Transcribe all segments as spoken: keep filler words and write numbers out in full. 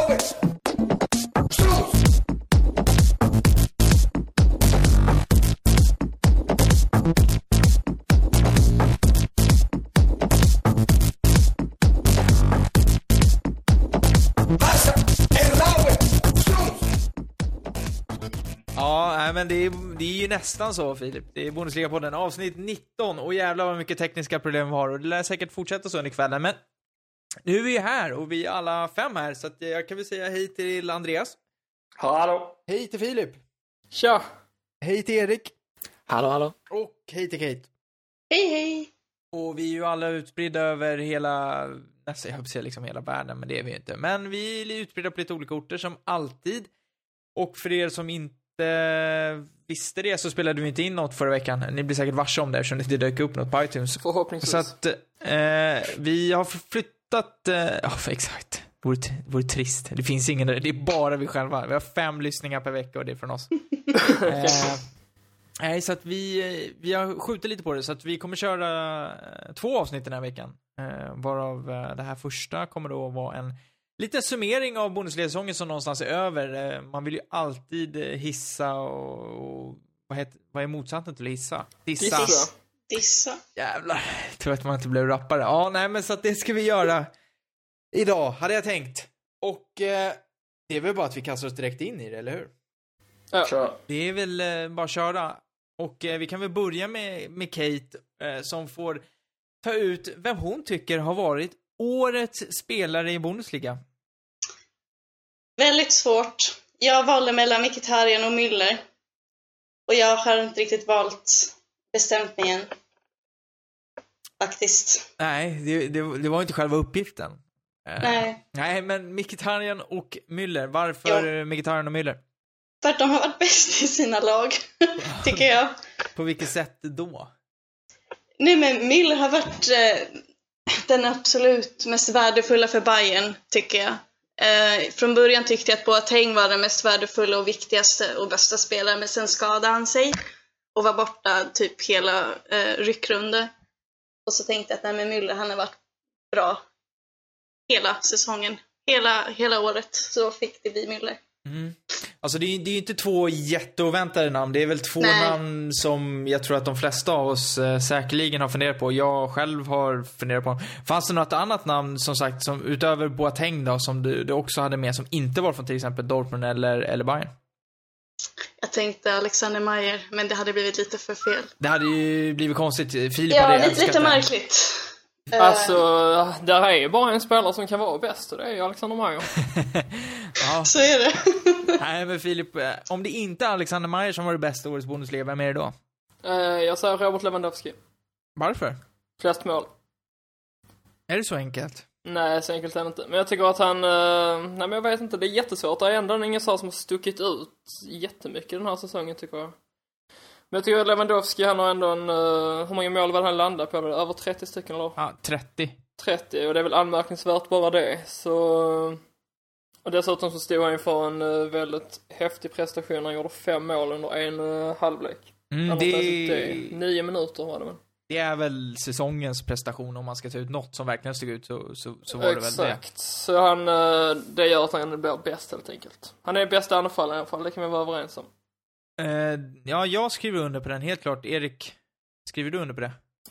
Ja, men det är, det är ju nästan så, Filip. Det är Bundesliga-podden, avsnitt nitton. Och jävlar vad mycket tekniska problem vi har. Och det lär säkert fortsätta så under kvällen. Men nu är vi här och vi är alla fem här. Så att jag kan väl säga hej till Andreas. Hallå. Hej till Filip. Tja. Hej till Erik. Hallå, hallå. Och hej till Kate. Hej, hej. Och vi är ju alla utspridda över hela, nästan jag höll på att säga liksom hela världen, men det är vi ju inte. Men vi är utspridda på lite olika orter som alltid. Och för er som inte visste det så spelade vi inte in något förra veckan. Ni blir säkert varse om det eftersom det inte dök upp något på iTunes. Förhoppningsvis. Så att eh, vi har flyttat, eh, ja för exakt, det vore, det vore trist. Det finns ingen, det är bara vi själva. Vi har fem lyssningar per vecka och det är från oss. eh, Nej, så att vi, vi har skjutit lite på det. Så att vi kommer köra två avsnitt den här veckan. Eh, varav det här första kommer då vara en liten summering av Bundesliga-säsongen som någonstans är över. Eh, man vill ju alltid hissa och... och vad, heter, vad är motsatsen till hissa? Dissa. Dissa. Dissa. Jävlar, jag tror att man inte blev rappare. Ja, nej, men så att det ska vi göra idag, hade jag tänkt. Och eh, det är väl bara att vi kastar oss direkt in i det, eller hur? Ja. Det är väl eh, bara köra. Och eh, vi kan väl börja med, med Kate eh, som får ta ut vem hon tycker har varit årets spelare i Bundesliga. Väldigt svårt. Jag valde mellan Mkhitaryan och Müller. Och jag har inte riktigt valt bestämt mig än. Faktiskt. Nej, det, det, det var inte själva uppgiften. Eh, Nej. Nej, men Mkhitaryan och Müller. Varför Ja. Mkhitaryan och Müller? För att de har varit bäst i sina lag, tycker jag. På vilket sätt då? Nej, men Müller har varit eh, den absolut mest värdefulla för Bayern, tycker jag. Eh, från början tyckte jag att Boateng var den mest värdefulla och viktigaste och bästa spelaren, men sen skadade han sig och var borta typ hela eh, ryckrunde. Och så tänkte jag att nej, men Müller, han har varit bra hela säsongen, hela, hela året, så fick det bli Müller. Mm. Alltså det är, det är inte två jätteoväntade namn. Det är väl två Nej. namn som jag tror att de flesta av oss eh, säkerligen har funderat på. Jag själv har funderat på. Fanns det något annat namn som sagt som utöver Boateng då, som du, du också hade med som inte var från till exempel Dortmund eller, eller Bayern? Jag tänkte Alexander Meyer, men det hade blivit lite för fel. Det hade ju blivit konstigt. Filip Ja, hade lite, älskat lite det. märkligt. Alltså, där är ju bara en spelare som kan vara bäst, och det är ju Alexander Meyer. Ja. Så är det. Nej, men Filip, eh, om det inte är Alexander Meyer som var det bästa årets Bundesliga, vem är det då? Uh, jag säger Robert Lewandowski. Varför? Flest mål. Är det så enkelt? Nej, så enkelt är det inte. Men jag tycker att han... Uh, nej, men jag vet inte, det är jättesvårt. Det är ändå ingen som har stuckit ut jättemycket den här säsongen, tycker jag. Men jag tycker att Lewandowski, han har ändå en... Uh, hur många mål var han landar på? Över trettio stycken, eller? Ja, trettio. trettio, och det är väl anmärkningsvärt bara det. Så... Och dessutom så stod han ju för en uh, väldigt häftig prestation. Han gjorde fem mål under en uh, halvlek. Mm, det... det... Nio minuter var det väl. Det är väl säsongens prestation om man ska ta ut något som verkligen stod ut så, så, så var det väl det. Exakt, så han, det gör att han blir bäst helt enkelt. Han är bästa anfallaren i alla fall, det kan vi vara överens om. Uh, ja, jag skriver under på den, helt klart. Erik, skriver du under på det?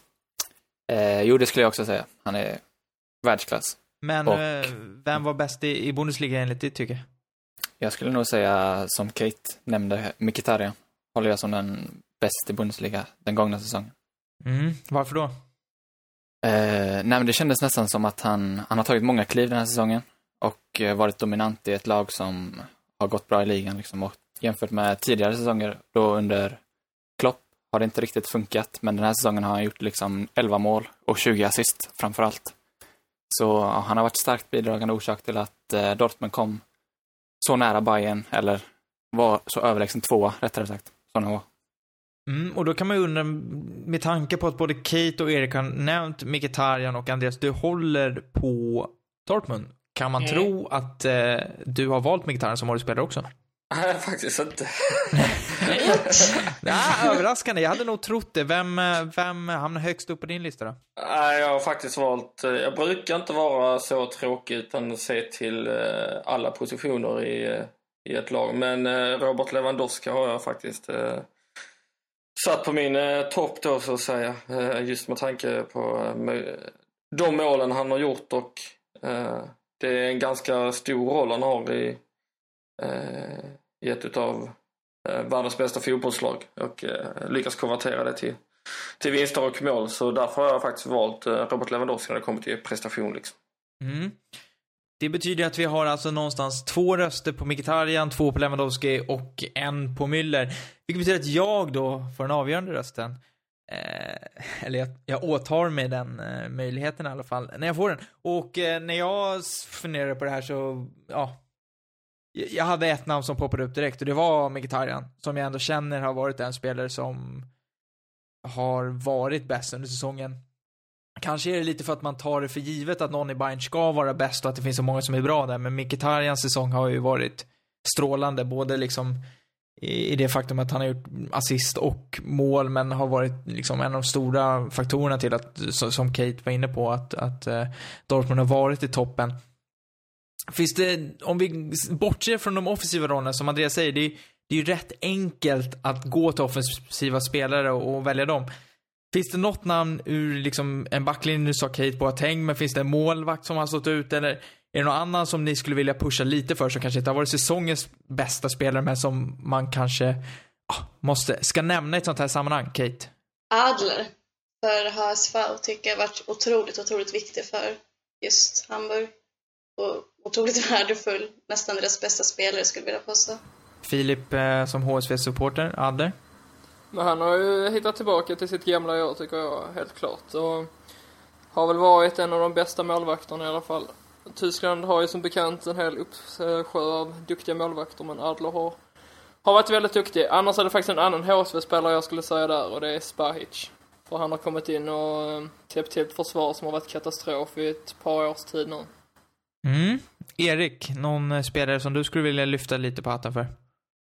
Eh, jo, det skulle jag också säga. Han är världsklass. Men Och... uh, vem var bäst i, i Bundesliga enligt ditt tycke? Jag skulle nog säga, som Kate nämnde, Mkhitaryan håller jag som den bästa i Bundesliga den gångna säsongen. Mm, varför då? Eh, nej, men det kändes nästan som att han, han har tagit många kliv den här säsongen och eh, varit dominant i ett lag som har gått bra i ligan liksom, och jämfört med tidigare säsonger då under Klopp har det inte riktigt funkat, men den här säsongen har han gjort liksom elva mål och tjugo assist framförallt. Så ja, han har varit starkt bidragande orsak till att eh, Dortmund kom så nära Bayern, eller var så överlägsen tvåa, rättare sagt, som han var. Mm, och då kan man ju undra, med tanke på att både Kate och Erik har nämnt Mkhitaryan och Andreas, du håller på Dortmund. Kan man mm. tro att eh, du har valt Mkhitaryan som årets spelare också? Nej, faktiskt inte. Ja, överraskande. Jag hade nog trott det. Vem, vem hamnar högst upp på din lista då? Nej, jag har faktiskt valt... Jag brukar inte vara så tråkig utan se till alla positioner i, i ett lag. Men Robert Lewandowski har jag faktiskt eh, satt på min eh, topp då, så att säga. Eh, just med tanke på eh, de målen han har gjort, och eh, det är en ganska stor roll han har i, eh, i ett utav eh, världens bästa fotbollslag, och eh, lyckas konvertera det till, till vinster och mål. Så därför har jag faktiskt valt eh, Robert Lewandowski när det kommer till prestation liksom. Mm. Det betyder att vi har alltså någonstans två röster på Mkhitaryan, två på Lewandowski och en på Müller. Vilket betyder att jag då får den avgörande rösten. Eh, eller jag, jag åtar mig den eh, möjligheten i alla fall, när jag får den. Och eh, när jag funderade på det här så, ja, jag hade ett namn som poppade upp direkt, och det var Mkhitaryan, som jag ändå känner har varit en spelare som har varit bäst under säsongen. Kanske är det lite för att man tar det för givet att någon i Bayern ska vara bäst och att det finns så många som är bra där, men Mkhitarjans säsong har ju varit strålande, både liksom i, i det faktum att han har gjort assist och mål, men har varit liksom en av de stora faktorerna till att, som Kate var inne på, att, att uh, Dortmund har varit i toppen. Finns det, om vi bortser från de offensiva rollerna, som Andreas säger, det är, det är ju rätt enkelt att gå till offensiva spelare och, och välja dem. Finns det något namn ur liksom en backlinje, nu sa Kate Boateng, men finns det en målvakt som har stått ut, eller är det någon annan som ni skulle vilja pusha lite för, som kanske inte har varit säsongens bästa spelare, men som man kanske ah, måste, ska nämna i ett sånt här sammanhang, Kate? Adler för H S V tycker jag har varit otroligt, otroligt viktig för just Hamburg. Och otroligt värdefull, nästan deras bästa spelare skulle jag vilja påstå. Filip eh, som H S V-supporter, Adler? Men han har ju hittat tillbaka till sitt gamla år, tycker jag, helt klart. Och har väl varit en av de bästa målvakterna i alla fall. Tyskland har ju som bekant en hel uppsjö av duktiga målvakter, men Adler har, har varit väldigt duktig. Annars är det faktiskt en annan H S V-spelare jag skulle säga där, och det är Spahic. För han har kommit in och täppt till ett försvar som har varit katastrof i ett par års tid nu. Mm. Erik, någon spelare som du skulle vilja lyfta lite på hatten för?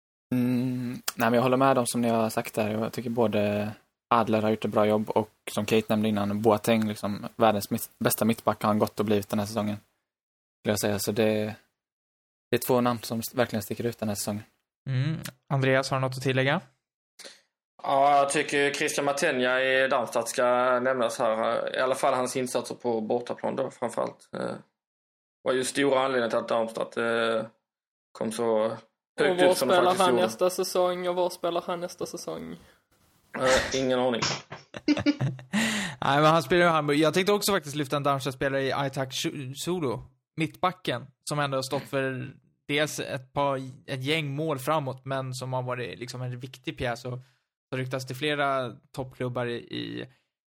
Mm, nej, men jag håller med dem som ni har sagt där. Jag tycker både Adler har gjort ett bra jobb, och som Kate nämnde innan, Boateng, liksom världens mitt, bästa mittback, har han gått och blivit den här säsongen, skulle jag säga. Så det, det är två namn som verkligen sticker ut den här säsongen. Mm. Andreas, har du något att tillägga? Ja, jag tycker Christian Matenja i Darmstadt ska nämnas här. I alla fall hans insatser på bortaplan då, framförallt. Det var ju stora anledningar till att Darmstadt kom så högt ut. Och var spelar han gjorde. nästa säsong? Och var spelar han nästa säsong? Uh, ingen aning. Nej, men han spelar ju Hamburg. Jag tänkte också faktiskt lyfta en Darmstadt-spelare i Aitak Sudo, mittbacken, som ändå har stått för dels ett par ett gäng mål framåt, men som har varit liksom en viktig pjäs, och så ryktas till flera toppklubbar i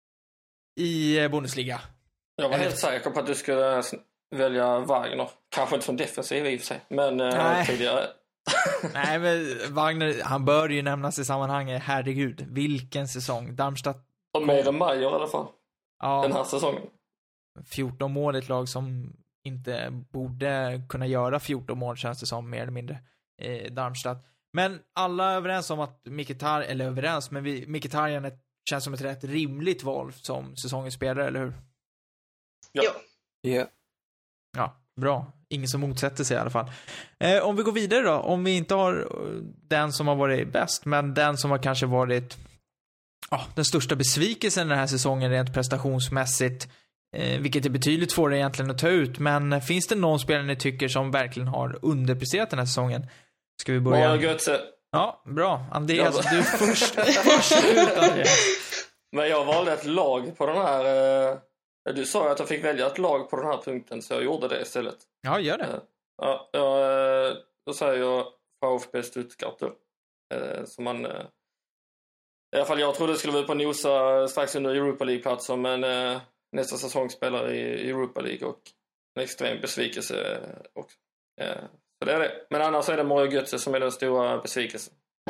i Bundesliga. Jag var helt säker på att du skulle välja Wagner. Kanske inte som defensiv i och för sig, men uh, tidigare. Nej, men Wagner, han bör ju nämnas i sammanhanget. Herregud, vilken säsong. Darmstadt. Och med en Major i alla fall. Ja, den här säsongen. fjorton mål, ett lag som inte borde kunna göra fjorton mål, känns det som, mer eller mindre. Eh, Darmstadt. Men alla är överens om att Mkhitaryan, eller överens, men vi, Mkhitaryan känns som ett rätt rimligt val som säsongens spelare, eller hur? Ja. Yeah. Ja, bra. Ingen som motsätter sig i alla fall. Eh, om vi går vidare då, om vi inte har den som har varit bäst, men den som har kanske varit oh, den största besvikelsen den här säsongen rent prestationsmässigt, eh, vilket är betydligt svårare egentligen att ta ut, men finns det någon spelare ni tycker som verkligen har underpresterat den här säsongen? Ska vi börja? Mario Götze. Ja, bra. Andreas, ja, du är först, först ut, Andreas. Men jag valde ett lag på den här... Eh... Du sa att jag fick välja ett lag på den här punkten, så jag gjorde det istället. Ja, gör det. Ja, ja, då säger jag VfB Stuttgart då. Som man... I alla fall jag trodde det skulle vara på nosa strax under Europa League-platsen, men nästa säsong spelar i Europa League, och en extrem besvikelse också. Så det är det. Men annars är det Mario Götze som är den stora besvikelsen.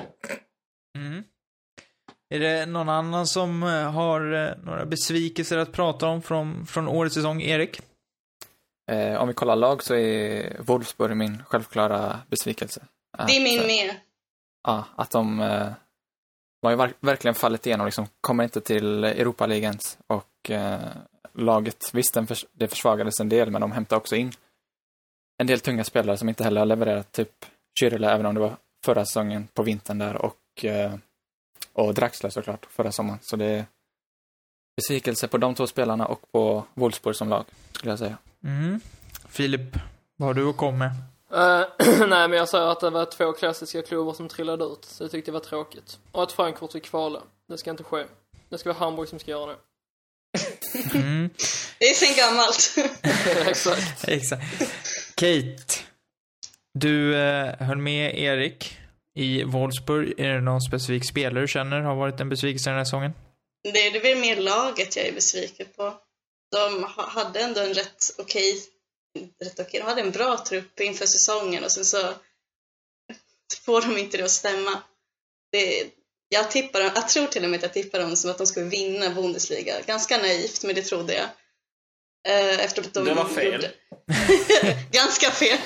Mm. Är det någon annan som har några besvikelser att prata om från, från årets säsong, Erik? Eh, om vi kollar lag så är Wolfsburg min självklara besvikelse. Det är min med. Ja, att de eh, har ju verkligen fallit igenom, liksom kommer inte till Europa-ligens och eh, laget, visst den förs- det försvagades en del, men de hämtade också in en del tunga spelare som inte heller har levererat, typ Kyrle, även om det var förra säsongen på vintern där, och, eh, och Draxler såklart förra sommaren. Så det är besvikelse på de två spelarna och på Wolfsburg som lag, skulle jag säga. Mm. Filip, vad har du att komma med? Uh, nej, men jag sa att det var två klassiska klubbar som trillade ut, så jag tyckte det var tråkigt. Och att Frankfurt fick kvala. Det ska inte ske. Det ska vara Hamburg som ska göra det. Mm. Det är sen gammalt. Exakt. Exakt. Kate, du eh, höll med Erik i Wolfsburg. Är det någon specifik spelare du känner har varit en besvikelse den här säsongen? Det är det väl mer laget jag är besviken på. De ha- hade ändå en rätt okej, rätt okej, de hade en bra trupp inför säsongen och sen så får de inte det att stämma. Det, jag, tippar, jag tror till och med att jag tippar dem som att de skulle vinna Bundesliga. Ganska naivt, men det trodde jag. Eh, efter att de det var fel. Gjorde... Ganska fel.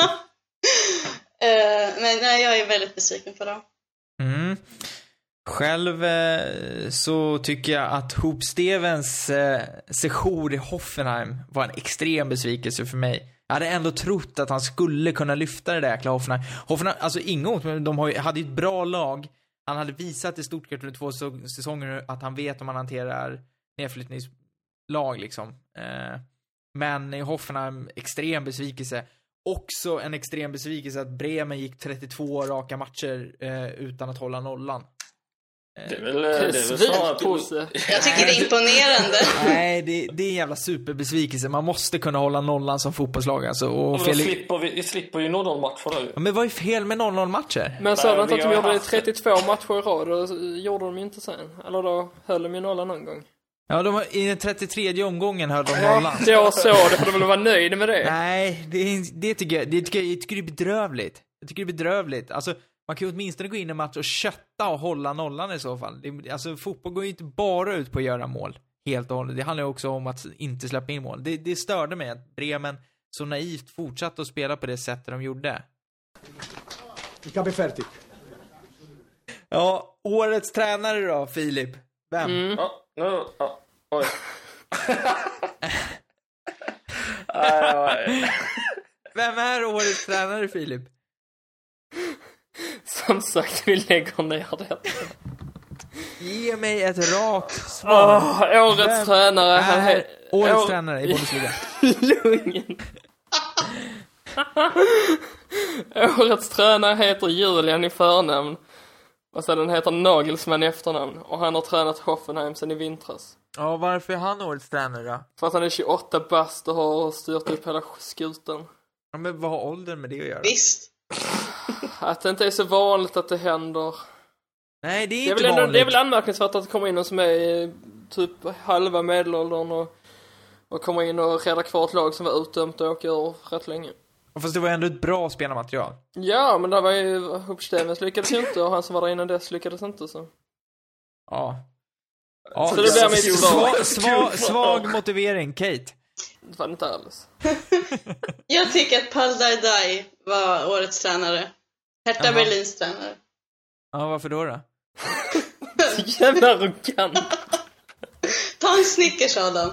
eh, men nej, jag är väldigt besviken på dem. Mm. Själv eh, så tycker jag att Hopstevens eh, session i Hoffenheim var en extrem besvikelse för mig. Jag hade ändå trott att han skulle kunna lyfta det där jäkla Hoffenheim. Hoffenheim, alltså inget, men de har ju, hade ju ett bra lag. Han hade visat i stort sett under två säsonger att han vet om han hanterar nedflyttningslag liksom. Eh, men i Hoffenheim, extrem besvikelse. Också en extrem besvikelse att Bremen gick trettiotvå raka matcher eh, utan att hålla nollan. Det är väl, det är väl snarare på... Jag tycker det är imponerande. Nej, det, det är en jävla superbesvikelse. Man måste kunna hålla nollan som fotbollslag alltså. Och Och fel... slipper vi, vi slipper ju noll noll-matcher nu. Men vad är fel med noll noll-matcher? Men sa de inte vi att de har gjorde det haft- trettiotvå matcher i rad, och gjorde de inte sen? Eller då höll de ju nollan någon gång. Ja, de, har- i den trettiotredje omgången höll de nollan. Jag såg det, för de ville vara nöjda med det. Nej, det, är- det tycker jag, det tycker jag, jag tycker det är bedrövligt. Jag tycker det är bedrövligt. Alltså, man kan ju åtminstone gå in i en match och kötta och hålla nollan i så fall. Det, alltså, fotboll går ju inte bara ut på att göra mål. Helt och hållet. Det handlar ju också om att inte släppa in mål. Det, det störde mig att Bremen så naivt fortsatte att spela på det sättet de gjorde. Il capo è fertig. Ja, årets tränare då, Filip? Vem? Mm. Ja, nu, ja, oj. Nej, nej. Vem är årets tränare, Filip? Som sagt, vi lägger ner det. Ge mig ett rakt svar. Oh, årets Vem tränare. Han är he- årets År- tränare i Bundesliga? Lugn. Årets tränare heter Julian i förnamn. Och sedan heter Nagelsmann i efternamn. Och han har tränat Hoffenheim sedan i vintras. Ja, varför är han årets tränare då? För att han är tjugoåtta bast och har styrt upp hela skutan. Ja, men vad har åldern med det att göra? Visst. Att det inte är så vanligt att det händer. Nej, det är Det är, inte väl ändå, vanligt. det är väl anmärkningsvärt att det kommer in någon som är i typ halva medelåldern och, och kommer in och räddar kvar ett lag som var utdömt och åker ur rätt länge. Fast det var ändå ett bra spelarmaterial. Ja, men det var ju Hopstevens lyckades ju inte och han som var där innan dess lyckades inte så. Ja. Ja, Så det blir mitt svar. svag, svag, svag motivering, Kate. Det var det inte alls. Jag tycker att Pal Dardai var årets tränare. Hertha Jaha. Berlins tränare. Ja, varför då då? Så jävla arrogant. Ta en Snickers, Adam.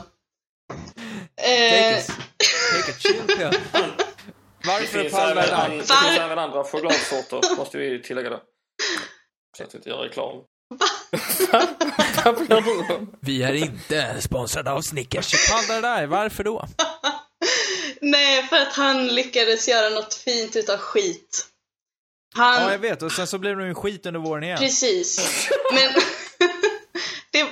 Take Eh, a, take a chill pill. Det Varför är finns, Palme även, an, där? det finns även andra chokladsorter, måste vi tillägga det. Så att vi inte gör reklam. Vad blir du? Vi är inte sponsrade av Snickers. Palme där, varför då? nej, för att han lyckades göra något fint utav skit. Han... Ja, jag vet. Och sen så blev det en skit under våren igen. Precis. Men... det...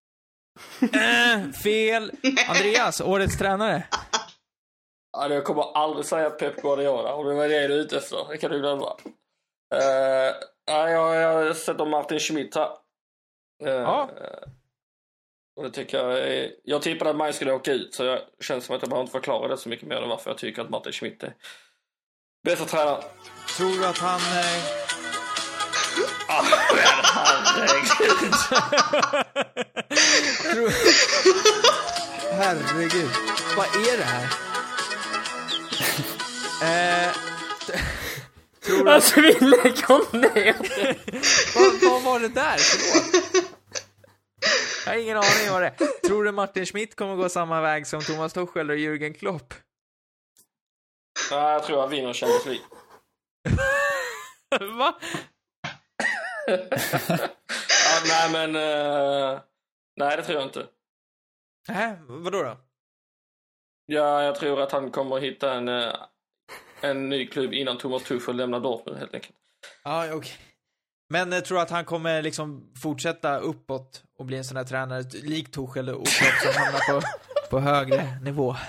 Äh, fel. Andreas, årets tränare. Ja, jag kommer aldrig säga Pep Guardiola, och det var det du är ute efter. Det kan du glömma. Uh, ja, jag, jag sätter Martin Schmidt här. Uh, Ja. Och det tycker jag är... Jag tippade att Maj skulle åka ut, så jag känns som att jag behöver inte förklara det så mycket mer än varför jag tycker att Martin Schmidt är bästa tränare. Tror du att han... Eh... Ah, herregud. Tror... Herregud. Vad är det här? eh... t- Tror du... Alltså vi lägger ner det. vad, vad var det där? Förlåt. Jag har ingen aning vad det är. Tror du Martin Schmidt kommer gå samma väg som Thomas Tuchel och Jürgen Klopp? Nej, jag tror jag vinner Champions League. Va? Ja, nej, men... Uh, nej, det tror jag inte. Nej, vadå då? Ja, jag tror att han kommer hitta en, uh, en ny klubb innan Thomas Tuchel lämnar Dortmund, helt enkelt. Ja, okej. Okay. Men jag tror att han kommer liksom fortsätta uppåt och bli en sån här tränare likt Tuchel och Klopp som hamnar på, på högre nivå? Uh,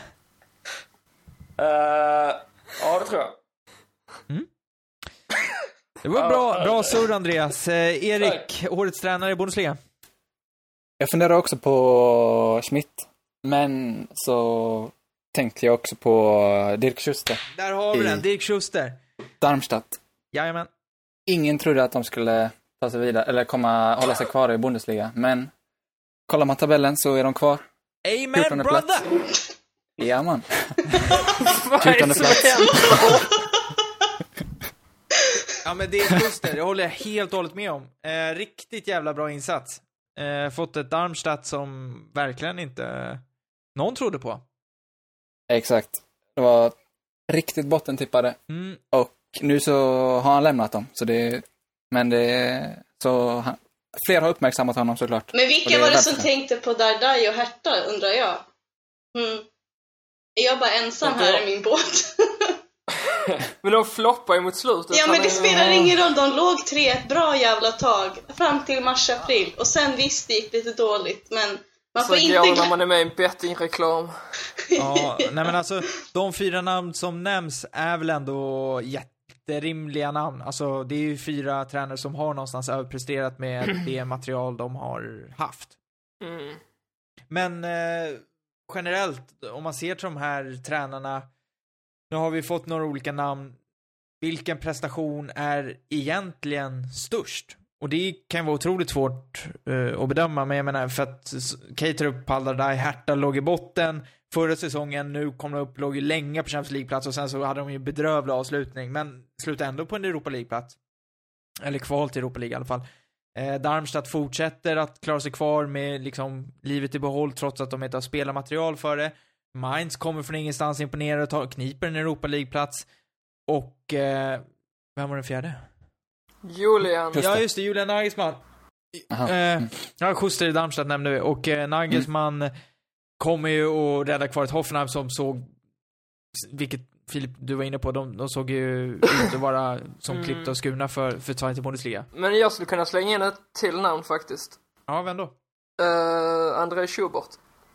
ja, det tror jag. Mm. Det var bra, bra surr, Andreas. Eh, Erik, Tack. Årets tränare i Bundesliga. Jag funderar också på Schmidt, men så tänkte jag också på Dirk Schuster. Där har vi den, Dirk Schuster. Darmstadt. Jajamän. Ingen trodde att de skulle ta sig vidare, eller komma hålla sig kvar i Bundesliga, men kollar man tabellen så är de kvar. Amen, brother! Ja, man. fjortonde plats. Ja, men det är Schuster, det håller jag helt och hållet med om. Eh, riktigt jävla bra insats. Eh, fått ett Darmstadt som verkligen inte någon trodde på. Exakt. Det var riktigt bottentippade. Mm. Och nu så har han lämnat dem. Så det, men det så han, fler har uppmärksammat honom såklart. Men vilka var det som tänkte på Dardai och Hertha, undrar jag? Mm. Är jag bara ensam här i min båt? Men de floppar ju mot slutet. Ja, men det spelar ingen roll. De låg tre ett bra jävla tag fram till mars-april. Och sen visst det gick lite dåligt. Men man får så inte... Så går när man är med i en bettingreklam. Ja, nej men alltså, de fyra namn som nämns är väl ändå jätterimliga namn. Alltså, det är ju fyra tränare som har någonstans överpresterat med det material de har haft. Mm. Men eh, generellt, om man ser till de här tränarna, nu har vi fått några olika namn. Vilken prestation är egentligen störst? Och det kan vara otroligt svårt uh, att bedöma, men jag menar, för att Caterup, Paldardai, Hertha låg i botten förra säsongen, nu kom de upp, låg ju länge på Champions League-plats och sen så hade de ju bedrövlig avslutning, men slutade ändå på en Europa League-plats. Eller kval till Europa League i alla fall. Eh, Darmstadt fortsätter att klara sig kvar med liksom livet i behåll trots att de inte har spelarmaterial för det. Mainz kommer från ingenstans, imponerar och tar, kniper en Europa League-plats. Och eh, vem var den fjärde? Julian. Just ja, just det, Julian Nagelsmann. Eh, ja, Schuster i Darmstadt nämnde vi. Och eh, Nagelsmann mm. kommer ju att rädda kvar ett Hoffenheim som såg, vilket Filip, du var inne på, de, de såg ju ut att vara som mm. klippta och skurna för, för Zweite Bundesliga. Men jag skulle kunna slänga in ett till namn faktiskt. Ja, vem då? Uh, André Schubert.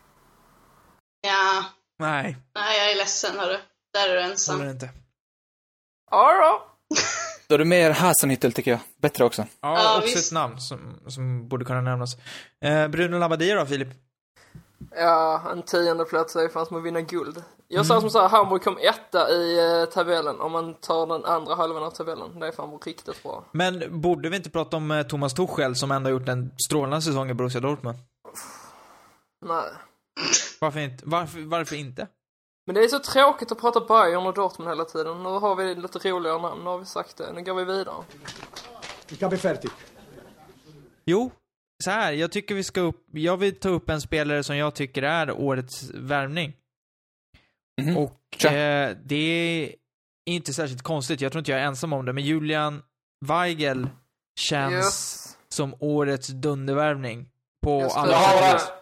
Ja. Nej. Nej, jag är ledsen, hörru. Där är du ensam. Håller inte. Ja då. Då är det mer Hasenhüttl tycker jag. Bättre också. Ja, ja också visst. ett namn som, som borde kunna nämnas. Eh, Bruno Labbadia då, Filip? Ja, en tionde plats är fan som att vinna guld. Jag Mm. sa som så här, Hamburg kom etta i uh, tabellen. Om man tar den andra halvan av tabellen. Det är fan riktigt bra. Men borde vi inte prata om eh, Thomas Tuchel som ändå gjort en strålande säsong i Borussia Dortmund? Nej. Varför inte? Varför, varför inte? Men det är så tråkigt att prata Bayern och Dortmund hela tiden. Nu har vi lite roligare namn, nu har vi sagt det. Nu går vi vidare. Vi kan bli färdigt. Jo, så här, jag tycker vi ska upp, jag vill ta upp en spelare som jag tycker är årets värvning. Mm-hmm. Och eh, det är inte särskilt konstigt, jag tror inte jag är ensam om det, men Julian Weigel känns yes. som årets dundervärvning på yes, alla sätt.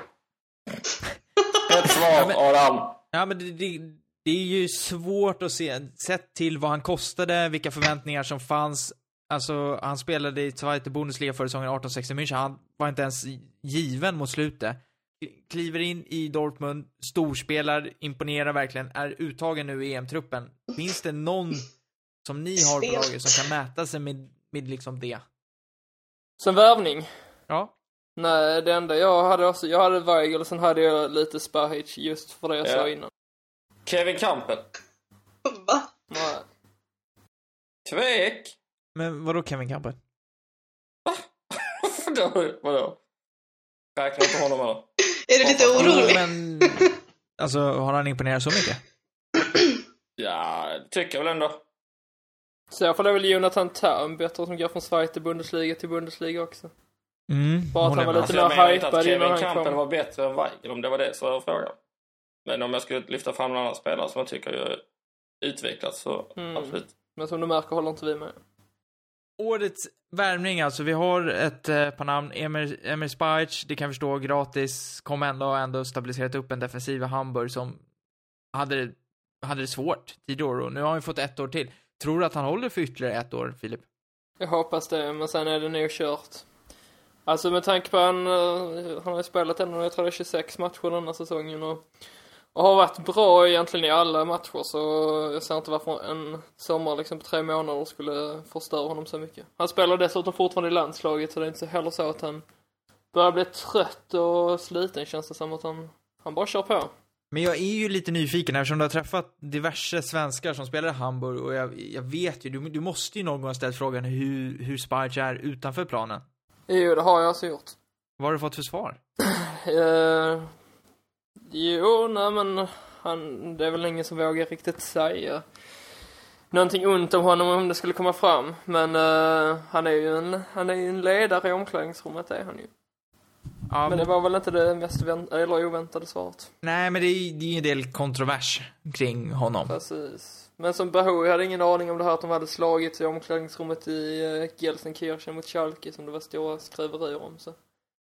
Ett svar, Adam. Ja, men det, det, det är ju svårt att se, sett till vad han kostade, vilka förväntningar som fanns. Alltså, han spelade i Zweite Bundesliga förra säsongen arton sextio München. Han var inte ens given mot slutet. Kliver in i Dortmund, storspelar, imponerar verkligen, är uttagen nu i E M-truppen. Finns det någon som ni har på laget som kan mäta sig med, med liksom det? Som värvning? Ja. Nej, det enda jag hade också, jag hade Weigel och sen hade jag lite Spahic just för det jag ja. sa innan. Kevin Campbell. Va? Nej. Tvek. Men vadå Kevin Campbell? Va? vadå? Vadå? Räknar inte honom eller? Är du lite orolig? Men, alltså, har han imponerat så mycket? Ja, det tycker jag väl ändå. Så jag får det väl Jonathan Tah bättre som går från Sverige till Bundesliga till Bundesliga också. Mm, Bara att han var lite Alltså, mer jag menar inte hypad att innan Kevin han Campbell kom. var bättre än Weigl, om det var det så var frågan. Men om jag skulle lyfta fram en annan spelare som jag tycker är utvecklats så Mm. absolut. Men som du märker håller inte vi med. Årets värvning, alltså vi har ett eh, par namn, Emir, Emir Spajic, det kan jag förstå, gratis, kom ändå och ändå stabiliserat upp en defensiv i Hamburg som hade, hade det svårt tio år och nu har han fått ett år till. Tror du att han håller för ytterligare ett år, Filip? Jag hoppas det, men sen är det nog kört. Alltså med tanke på han, uh, han har ju spelat ändå, jag tror det är tjugosex matcher den här säsongen och, och har varit bra egentligen i alla matcher, så jag ser inte varför en sommar liksom på tre månader skulle förstöra honom så mycket. Han spelar dessutom fortfarande i landslaget, så det är inte heller så att han börjar bli trött och sliten, känns det som att han, han bara kör på. Men jag är ju lite nyfiken eftersom du har träffat diverse svenskar som spelar i Hamburg och jag, jag vet ju, du, du måste ju någon gång ha ställt frågan hur, hur Spajic är utanför planen. Jo, det har jag alltså gjort. Vad har du fått för svar? Uh, jo, nej men han, det är väl ingen som vågar riktigt säga någonting ont om honom om det skulle komma fram. Men uh, han är ju en, han är ju en ledare i omklädningsrummet, det är han ju. Ja, Men det var väl inte det mest vänt- eller oväntade svaret. Nej, men det är, det är en del kontrovers kring honom. Precis. Men som Bahoui hade ingen aning om det här att de hade slagit i omklädningsrummet i uh, Gelsenkirchen mot Schalke som det var stora skriverier om. Så.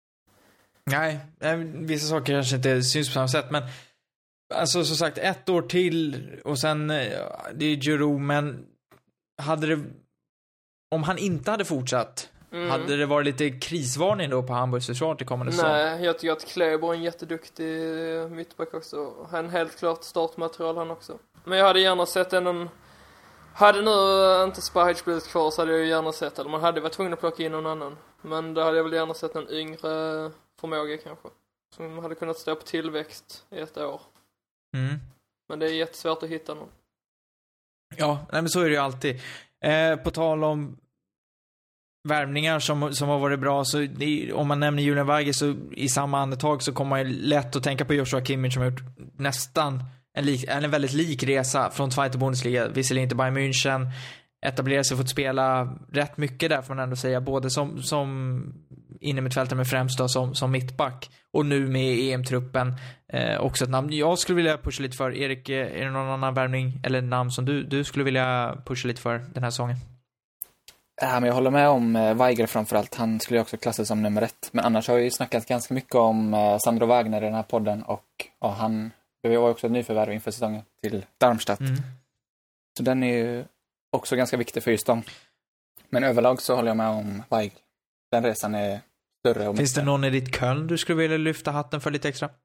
Nej, vissa saker kanske inte syns på samma sätt, men alltså som sagt, ett år till och sen, det är Giroud, men hade det, om han inte hade fortsatt, mm. hade det varit lite krisvarning då på Hamburgs försvar till kommande säsong? Nej, jag tycker att Kleber är en jätteduktig mittback också. Han är helt klart startmaterial han också. Men jag hade gärna sett en, hade nu inte Spajic blivit kvar så hade jag gärna sett, eller man hade varit tvungen att plocka in någon annan. Men då hade jag väl gärna sett en yngre förmåga kanske. Som hade kunnat stå på tillväxt i ett år. Mm. Men det är jättesvårt att hitta någon. Ja, nej, men så är det ju alltid. Eh, på tal om värvningar som, som har varit bra, så det, om man nämner Julian Weigl så i samma andetag så kommer man ju lätt att tänka på Joshua Kimmich som har gjort nästan en, lik, en väldigt lik resa från Zweite Bundesliga, visserligen inte Bayern München, etablerat sig och fått spela rätt mycket där får man ändå säga, både som, som inne mittfältare men främst då som, som mittback och nu med E M-truppen eh, också ett namn jag skulle vilja pusha lite för. Erik, är det någon annan värvning eller namn som du, du skulle vilja pusha lite för den här säsongen? Ja, men jag håller med om eh, Weigl framförallt. Han skulle också klassas som nummer ett. Men annars har jag ju snackat ganska mycket om eh, Sandro Wagner i den här podden. Och ja, han var också ett nyförvärv inför säsongen till Darmstadt. Mm. Så den är ju också ganska viktig för just dem. Men överlag så håller jag med om Weigl. Den resan är större. Och finns det någon i ditt Köln du skulle vilja lyfta hatten för lite extra?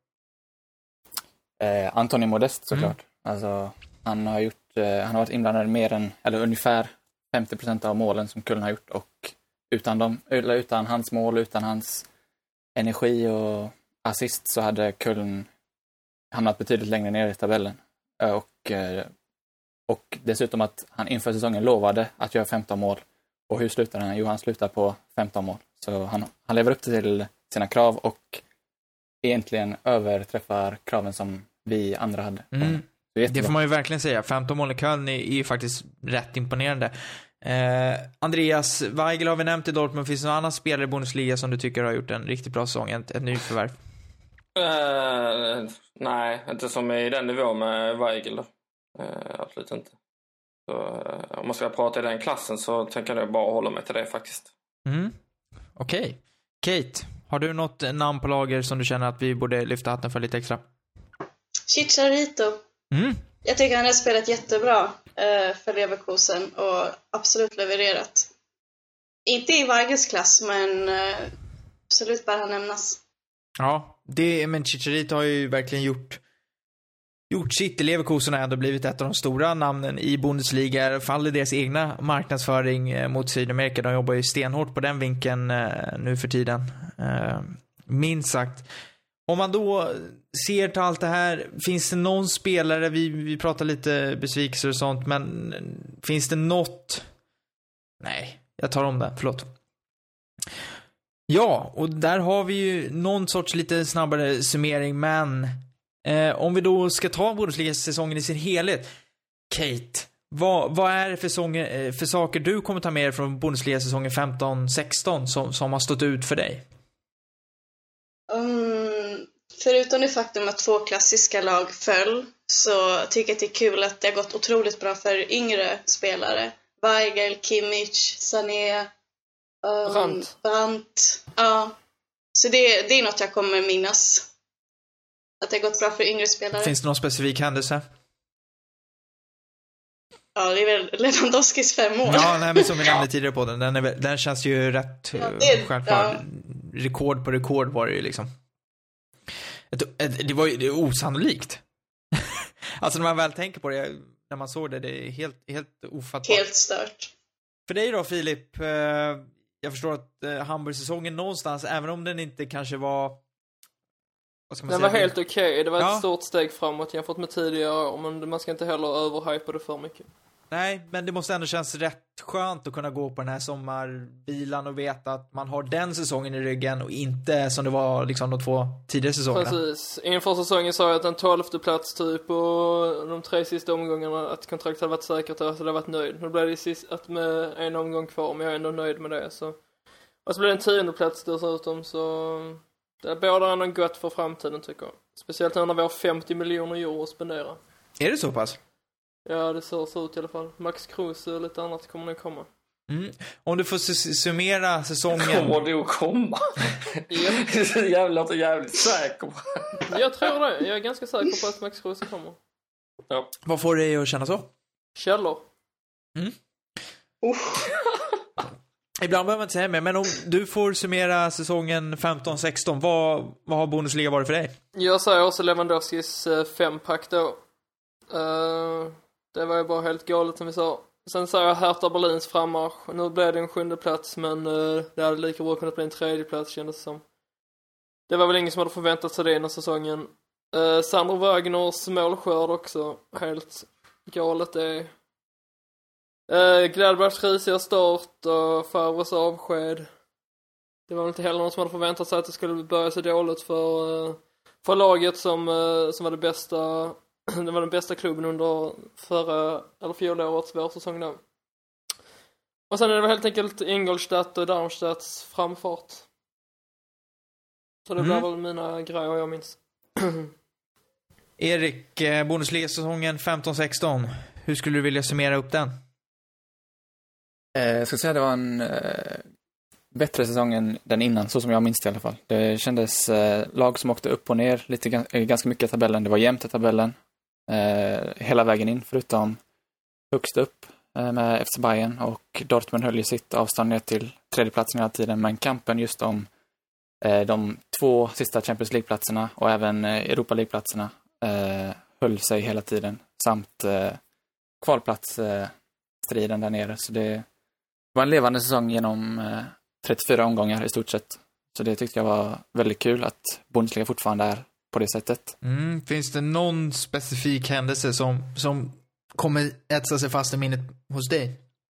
Eh, Anthony Modest såklart. Mm. Alltså, han har gjort, eh, han har varit inblandad mer än, eller ungefär femtio procent av målen som Köln har gjort, och utan dem, eller utan hans mål, utan hans energi och assist så hade Köln hamnat betydligt längre ner i tabellen. Och, och dessutom att han inför säsongen lovade att göra femton mål. Och hur slutar han? Jo, han slutar på femton mål. Så han, han lever upp till sina krav och egentligen överträffar kraven som vi andra hade. Mm. Det får man ju verkligen säga. femton mål i Köln är, är ju faktiskt rätt imponerande. Eh, Andreas Weigl har vi nämnt i Dortmund. Finns det någon annan spelare i Bundesliga som du tycker har gjort en riktigt bra säsong? Ett, ett nyförvärv? Uh, nej, inte som i den nivå med Weigl. Uh, absolut inte. Så, uh, om man ska prata i den klassen så tänker jag bara hålla mig till det faktiskt. Mm. Okej. Okay. Kate, har du något namn på lager som du känner att vi borde lyfta hatten för lite extra? Chicharito. Mm. Jag tycker han har spelat jättebra eh, för Leverkusen och absolut levererat. Inte i Weigls klass, men eh, absolut bara han nämnas. Ja, det, men Chicharito har ju verkligen gjort gjort sitt. Leverkusen har ändå blivit ett av de stora namnen i Bundesliga. I alla fall i deras egna marknadsföring eh, mot Sydamerika. De jobbar ju stenhårt på den vinkeln eh, nu för tiden. Eh, minst sagt. Om man då ser till allt det här, finns det någon spelare, vi, vi pratar lite besvikelser och sånt, men finns det något? Nej, jag tar om det, förlåt. Ja, och där har vi ju någon sorts lite snabbare summering, men eh, om vi då ska ta Bundesliga-säsongen i sin helhet, Kate, Vad, vad är det för, sånger, för saker du kommer ta med dig från Bundesliga-säsongen femton sexton som, som har stått ut för dig? Um, förutom det faktum att två klassiska lag föll, så tycker jag att det är kul att det har gått otroligt bra för yngre spelare. Weigel, Kimmich, Sané, um, Brandt. Brandt. Ja. Så det, det är något jag kommer minnas. Att det har gått bra för yngre spelare. Finns det någon specifik händelse? Ja, det är väl Lewandowskis fem år. Ja, nej, men som vi nämnde tidigare på den. Den, är, den känns ju rätt Ja, det- självklart. ja. Rekord på rekord var det ju liksom. Ett, ett, det var ju det är osannolikt. Alltså när man väl tänker på det, när man såg det, det är helt, helt ofattbart. Helt stört. För dig då, Filip, eh, jag förstår att eh, Hamburg-säsongen någonstans, även om den inte kanske var... Vad ska man Den säga? var helt okej. Det var Ja. ett stort steg framåt jämfört med tidigare år, men man ska inte heller överhypa det för mycket. Nej, men det måste ändå kännas rätt skönt att kunna gå på den här sommarbilan och veta att man har den säsongen i ryggen och inte som det var liksom de två tidigare säsongerna. Precis. Inför säsongen sa jag att en tolfte plats typ och de tre sista omgångarna att kontraktet hade varit säkert och att jag hade varit nöjd. Nu blev det sist att med en omgång kvar, men jag är ändå nöjd med det. Så. Och så blev det en tionde plats dessutom, så det båda ändå gott för framtiden tycker jag. Speciellt nu när vi har femtio miljoner euro att spendera. Är det så pass? Ja, det ser så ut i alla fall. Max Kruse och lite annat kommer nog komma. Mm. Om du får su- summera säsongen... Kommer du att komma? Det är så jävla jävligt säker. Jag tror det. Jag är ganska säker på att Max Kruse kommer. Ja. Vad får dig att känna så? Källor. Ibland behöver man inte säga mer, men om du får summera säsongen femton sexton, vad, vad har Bundesliga varit för dig? Jag säger också Lewandowskis eh, fempack då. Uh, det var ju bara helt galet som vi sa. Sen säger jag Hertha Berlins frammarsch. Nu blev det en sjunde plats, men uh, det hade lika bra kunnat bli en tredje plats kändes det som. Det var väl ingen som hade förväntat sig det den säsongen. Uh, Sandro Wagners målskörd också. Helt galet det. Uh, Gladbachs risiga start och Favres avsked. Det var väl inte heller någon som hade förväntat sig att det skulle börja så dåligt för, uh, för laget som, uh, som var det bästa. Det var den bästa klubben under förra, eller fjolårets vårsäsong då. Och sen är det väl helt enkelt Ingolstadt och Darmstadts framfart. Så det blir Mm. väl mina grejer jag minns. Erik, eh, Bundesliga-säsongen femton sexton, hur skulle du vilja summera upp den? Eh, jag skulle säga att det var en eh, bättre säsong än den innan, så som jag minns det i alla fall. Det kändes eh, lag som åkte upp och ner lite, gans- eh, ganska mycket i tabellen. Det var jämnt i tabellen eh, hela vägen in, förutom högst upp eh, med F C Bayern, och Dortmund höll ju sitt avstånd ner till tredjeplatsen hela tiden, men kampen just om eh, de två sista Champions League-platserna och även eh, Europa League-platserna eh, höll sig hela tiden, samt eh, kvalplatsstriden där nere, så det var en levande säsong genom eh, trettiofyra omgångar i stort sett. Så det tyckte jag var väldigt kul att Bundesliga fortfarande är på det sättet. Mm, finns det någon specifik händelse som, som kommer etsa sig fast i minnet hos dig?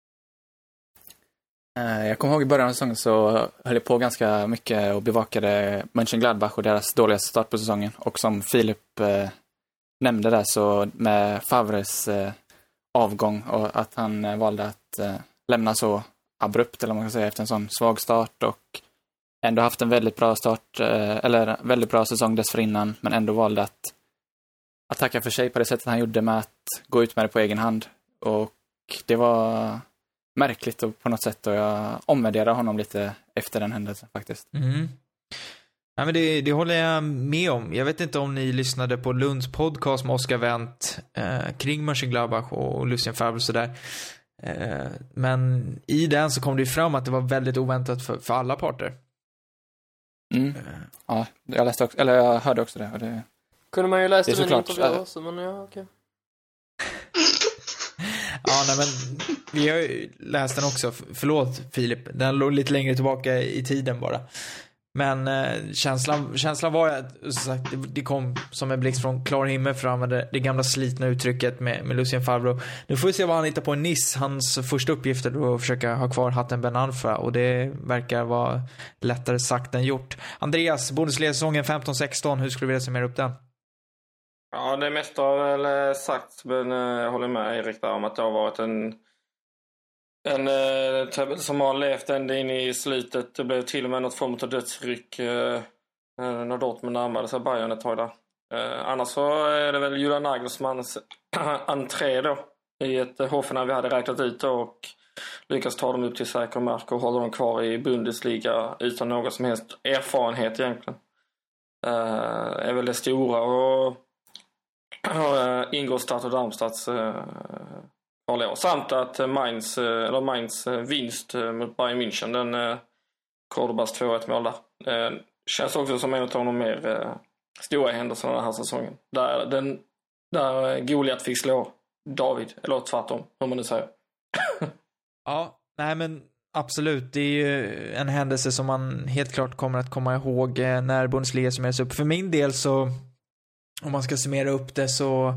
Eh, jag kommer ihåg i början av säsongen så höll jag på ganska mycket och bevakade Mönchengladbach och deras dåliga start på säsongen. Och som Filip eh, nämnde där, så med Favres eh, avgång och att han eh, valde att eh, lämna så abrupt, eller man kan säga, efter en sån svag start, och ändå haft en väldigt bra start, eh, eller väldigt bra säsong dessförinnan, men ändå valde att, att tacka för sig på det sättet han gjorde, med att gå ut med det på egen hand. Och det var märkligt och på något sätt, och jag omvärderar honom lite efter den händelsen faktiskt. Mm. Ja, men det, det håller jag med om. Jag vet inte om ni lyssnade på Lunds podcast med Oscar Wendt eh, kring Mönchengladbach och Lucien Favre och sådär. Eh, men i den så kom det ju fram att det var väldigt oväntat för, för alla parter. Mm. Ja, jag läste också, eller jag hörde också det. Och det Kunde man ju läsa Det är min såklart, intervju äh. också, men ja, okej. Ja, nej, men vi har ju läst den också. F- Förlåt, Filip. Den låg lite längre tillbaka i tiden bara. Men eh, känslan, känslan var att som sagt, det, det kom som en blixt från klar himmel fram med det, det gamla slitna uttrycket med, med Lucien Favre. Nu får vi se vad han hittar på i Nice. Hans första uppgift är då att försöka ha kvar hatten Ben Arfa, och det verkar vara lättare sagt än gjort. Andreas, Bundesliga-säsongen femton sexton, hur skulle du vilja summera upp den? Ja, det mesta har väl sagt, men jag håller med Erik där om att det har varit en en eh, tabell som har levt ända in i slutet. Det blev till och med något form av dödsryck eh, när Dortmund närmade sig Bayern ett tag där. Eh, annars så är det väl Julian Nagelsmanns entré då i ett Hoffenheim vi hade räknat ut och lyckas ta dem upp till säker mark och hålla dem kvar i Bundesliga utan någon som helst erfarenhet egentligen. Uh, är väl det stora och uh, Ingolstadt och Darmstads uh, håller jag. Samt att uh, Mainz, uh, eller Mainz uh, vinst uh, mot Bayern München, den uh, Cordobas två ett mål där. Uh, känns också som en av de mer uh, stora händelserna den här säsongen. Där, den, där uh, Goliat fick slå David, eller tvärtom, hur man nu säger. Ja, nej men absolut. Det är ju en händelse som man helt klart kommer att komma ihåg när Bundesliga summeras upp. För min del så, om man ska summera upp det, så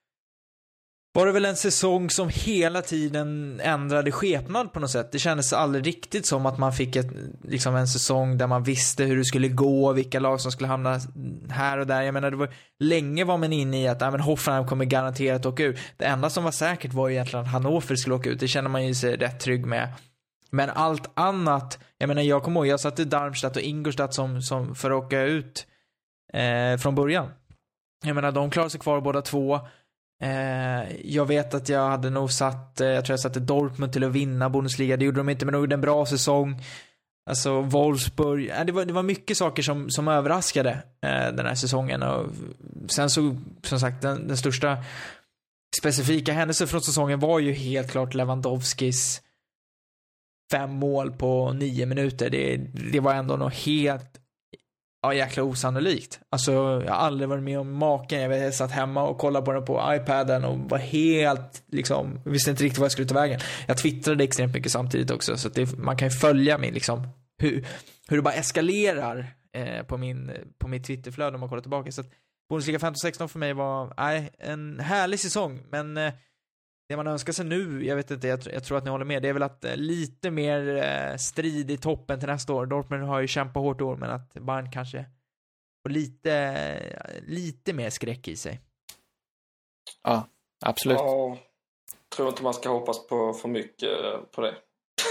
var det väl en säsong som hela tiden ändrade skepnad på något sätt. Det kändes aldrig riktigt som att man fick ett, liksom en säsong där man visste hur det skulle gå, vilka lag som skulle hamna här och där. Jag menar, det var, länge var man inne i att ja, men Hoffenheim kommer garanterat åka ut. Det enda som var säkert var ju egentligen att Hannover skulle åka ut. Det känner man ju sig rätt trygg med. Men allt annat, jag menar, jag kommer ihåg, jag satt i Darmstadt och Ingolstadt som, som för att åka ut eh, från början. Jag menar, de klarade sig kvar båda två. Eh, jag vet att jag hade nog satt, eh, jag tror jag satte Dortmund till att vinna Bundesliga. Det gjorde de inte, men de gjorde en bra säsong. Alltså Wolfsburg, eh, det, var, det var mycket saker som, som överraskade eh, den här säsongen. Och sen så, som sagt, den, den största specifika händelsen från säsongen var ju helt klart Lewandowskis fem mål på nio minuter. Det, det var ändå något helt ja, jäkla osannolikt. Alltså, jag har aldrig varit med om maken. Jag, vet, jag satt hemma och kollade på den på iPaden och var helt, liksom, visste inte riktigt vad jag skulle ta vägen. Jag twittrade extremt mycket samtidigt också, så att det, man kan ju följa mig, liksom, hur, hur det bara eskalerar eh, på, min, på mitt Twitterflöde om man kollar tillbaka. Så att Bundesliga femton sexton för mig var nej, en härlig säsong, men eh, det man önskar sig nu, jag vet inte, jag, jag tror att ni håller med, det är väl att eh, lite mer eh, strid i toppen till nästa år. Dortmund har ju kämpat hårt år, men att Bayern kanske får lite, eh, lite mer skräck i sig. Ja, absolut. Ja, tror inte man ska hoppas på för mycket på det.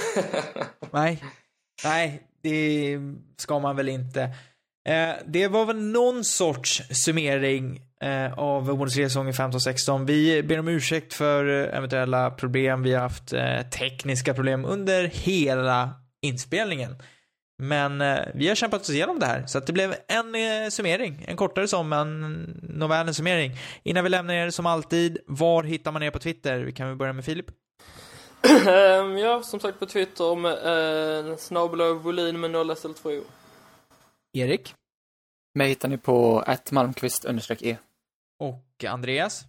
Nej, nej, det ska man väl inte. Eh, det var väl någon sorts summering eh, av Bundesliga-säsongen femton sexton. Vi ber om ursäkt för eventuella problem. Vi har haft eh, tekniska problem under hela inspelningen. Men eh, vi har kämpat oss igenom det här. Så att det blev en eh, summering. En kortare som en novell, en summering. Innan vi lämnar er som alltid, var hittar man er på Twitter? Vi kan väl börja med Filip. Ja, som sagt på Twitter med eh, snabel volym med noll S L två. Erik. Mig hittar ni på ett malmqvist understreck e. Och Andreas.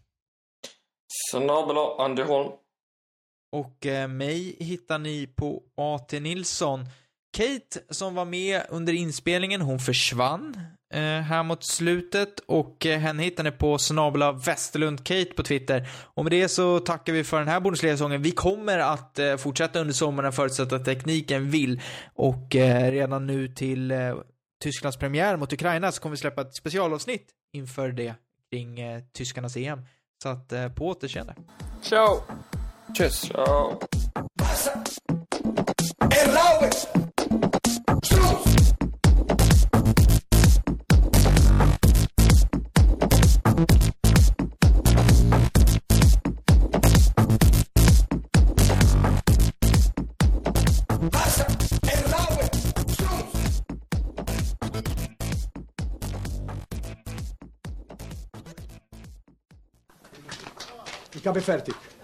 Snabel-a Andy Holm. Och eh, mig hittar ni på A T Nilsson. Kate som var med under inspelningen, hon försvann eh, här mot slutet. Och eh, henne hittar ni på snabel-a Westerlund Kate på Twitter. Och med det så tackar vi för den här Bundesliga-säsongen. Vi kommer att eh, fortsätta under sommaren förutsatt att tekniken vill. Och eh, redan nu till eh, Tysklands premiär mot Ukraina så kommer vi släppa ett specialavsnitt inför det kring eh, tyskarnas E M. Så att eh, på återseende. Ciao! Tschüss! Ciao! Il capo è fertile.